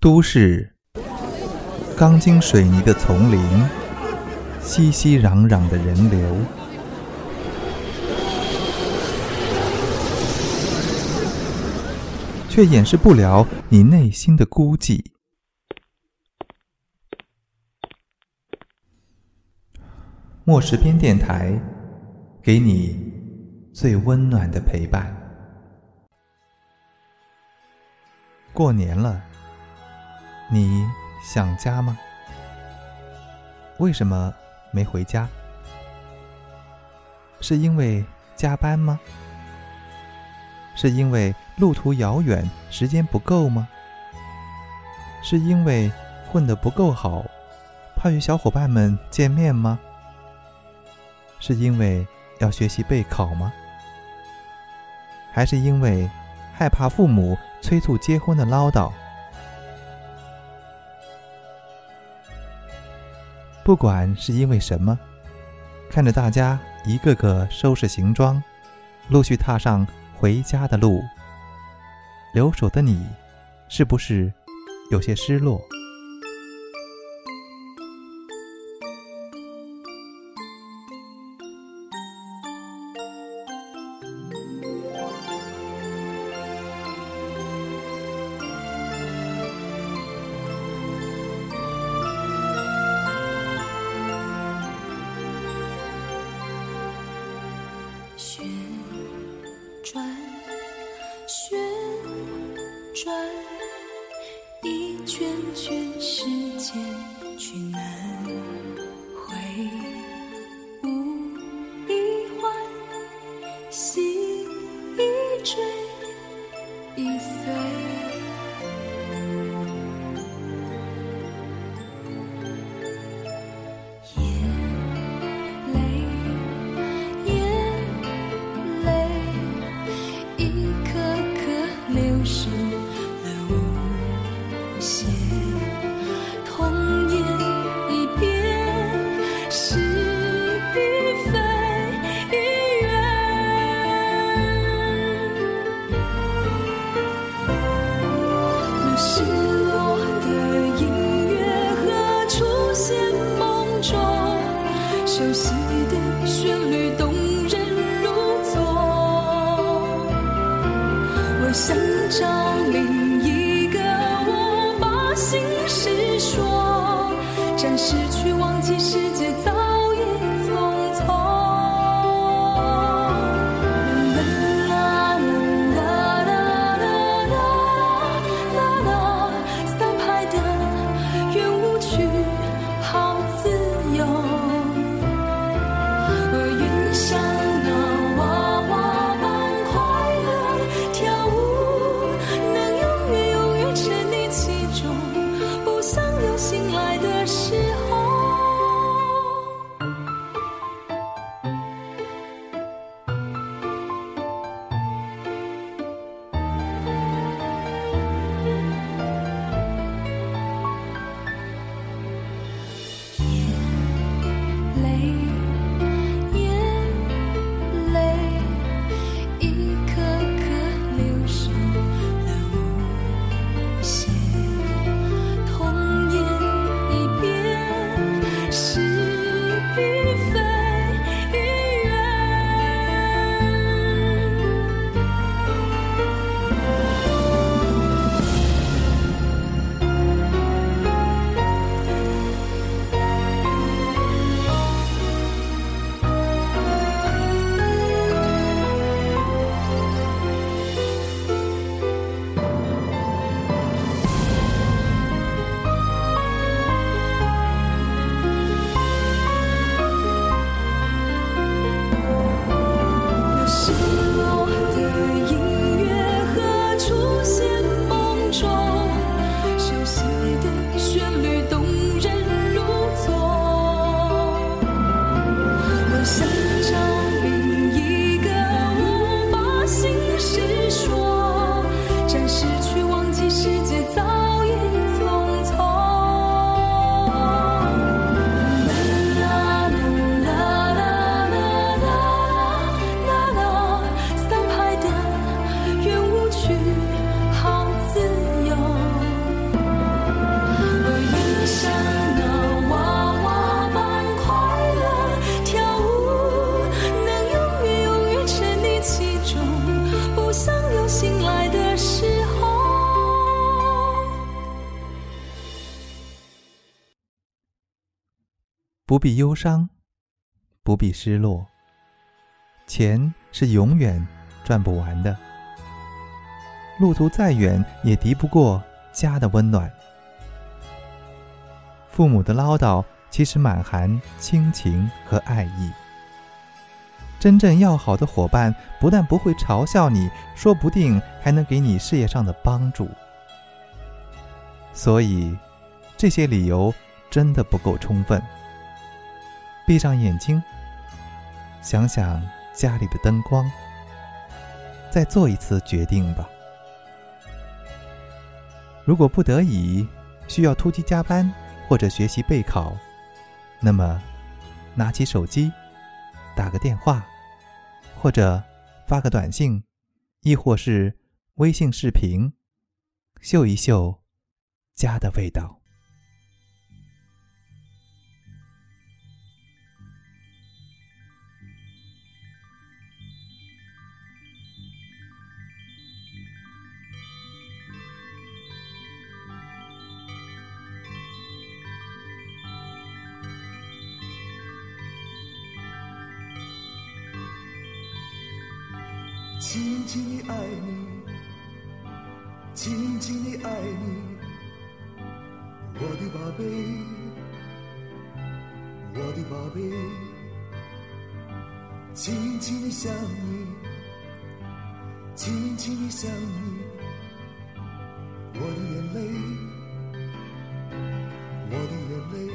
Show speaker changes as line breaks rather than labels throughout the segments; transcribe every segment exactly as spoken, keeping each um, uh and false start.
都市，钢筋水泥的丛林，熙熙攘攘的人流，却掩饰不了你内心的孤寂。莫时边电台，给你最温暖的陪伴。过年了，你想家吗？为什么没回家？是因为加班吗？是因为路途遥远，时间不够吗？是因为混得不够好，怕与小伙伴们见面吗？是因为要学习备考吗？还是因为害怕父母催促结婚的唠叨？不管是因为什么，看着大家一个个收拾行装，陆续踏上回家的路，留守的你，是不是有些失落？
旋转，旋转，一圈圈时间去难回，无一换，心一坠一碎。童言一遍
不必忧伤，不必失落。钱是永远赚不完的，路途再远也敌不过家的温暖。父母的唠叨其实满含亲情和爱意。真正要好的伙伴不但不会嘲笑你，说不定还能给你事业上的帮助。所以这些理由真的不够充分。闭上眼睛，想想家里的灯光，再做一次决定吧。如果不得已需要突击加班或者学习备考，那么拿起手机打个电话，或者发个短信，亦或是微信视频，嗅一嗅家的味道。
轻轻地爱你，轻轻地爱你，我的宝贝，我的宝贝，轻轻地想你，轻轻地想你，我的眼泪，我的眼泪，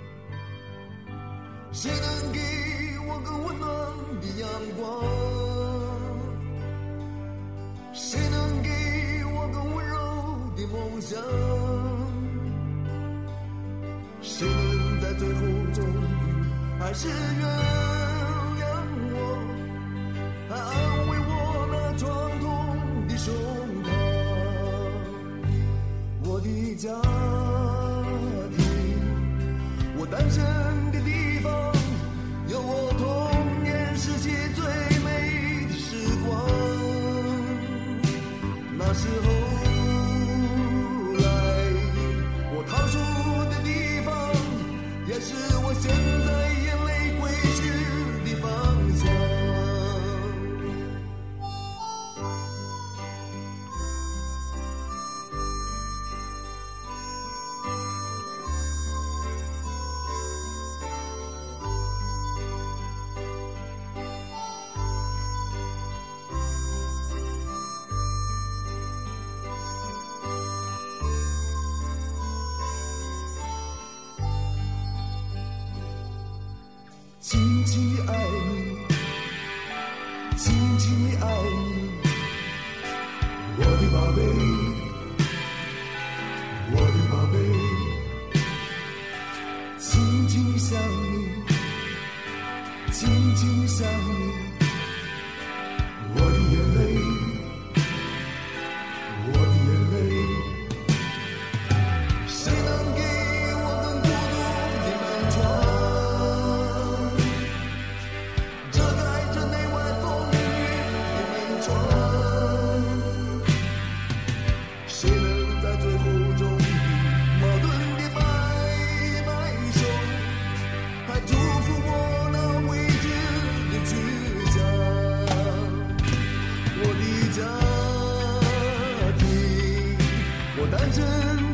谁能给我更温暖的阳光？谁能给我更温柔的梦想？谁能在最后终于还是原谅我，还安慰我那创痛的胸膛？我的家庭，我诞生的地方，有我童年时期最美的时光。那时候来我逃出的地方，也是我现在眼泪归去的方向。轻轻地爱你，轻轻地爱你，我的宝贝，我的宝贝，轻轻地想你，轻轻地想你，我的眼泪，我的眼泪，谁能给我更孤独的门窗？谁能在最后终于矛盾地摆摆手，还祝福我那未知的去向？我的家庭，我诞生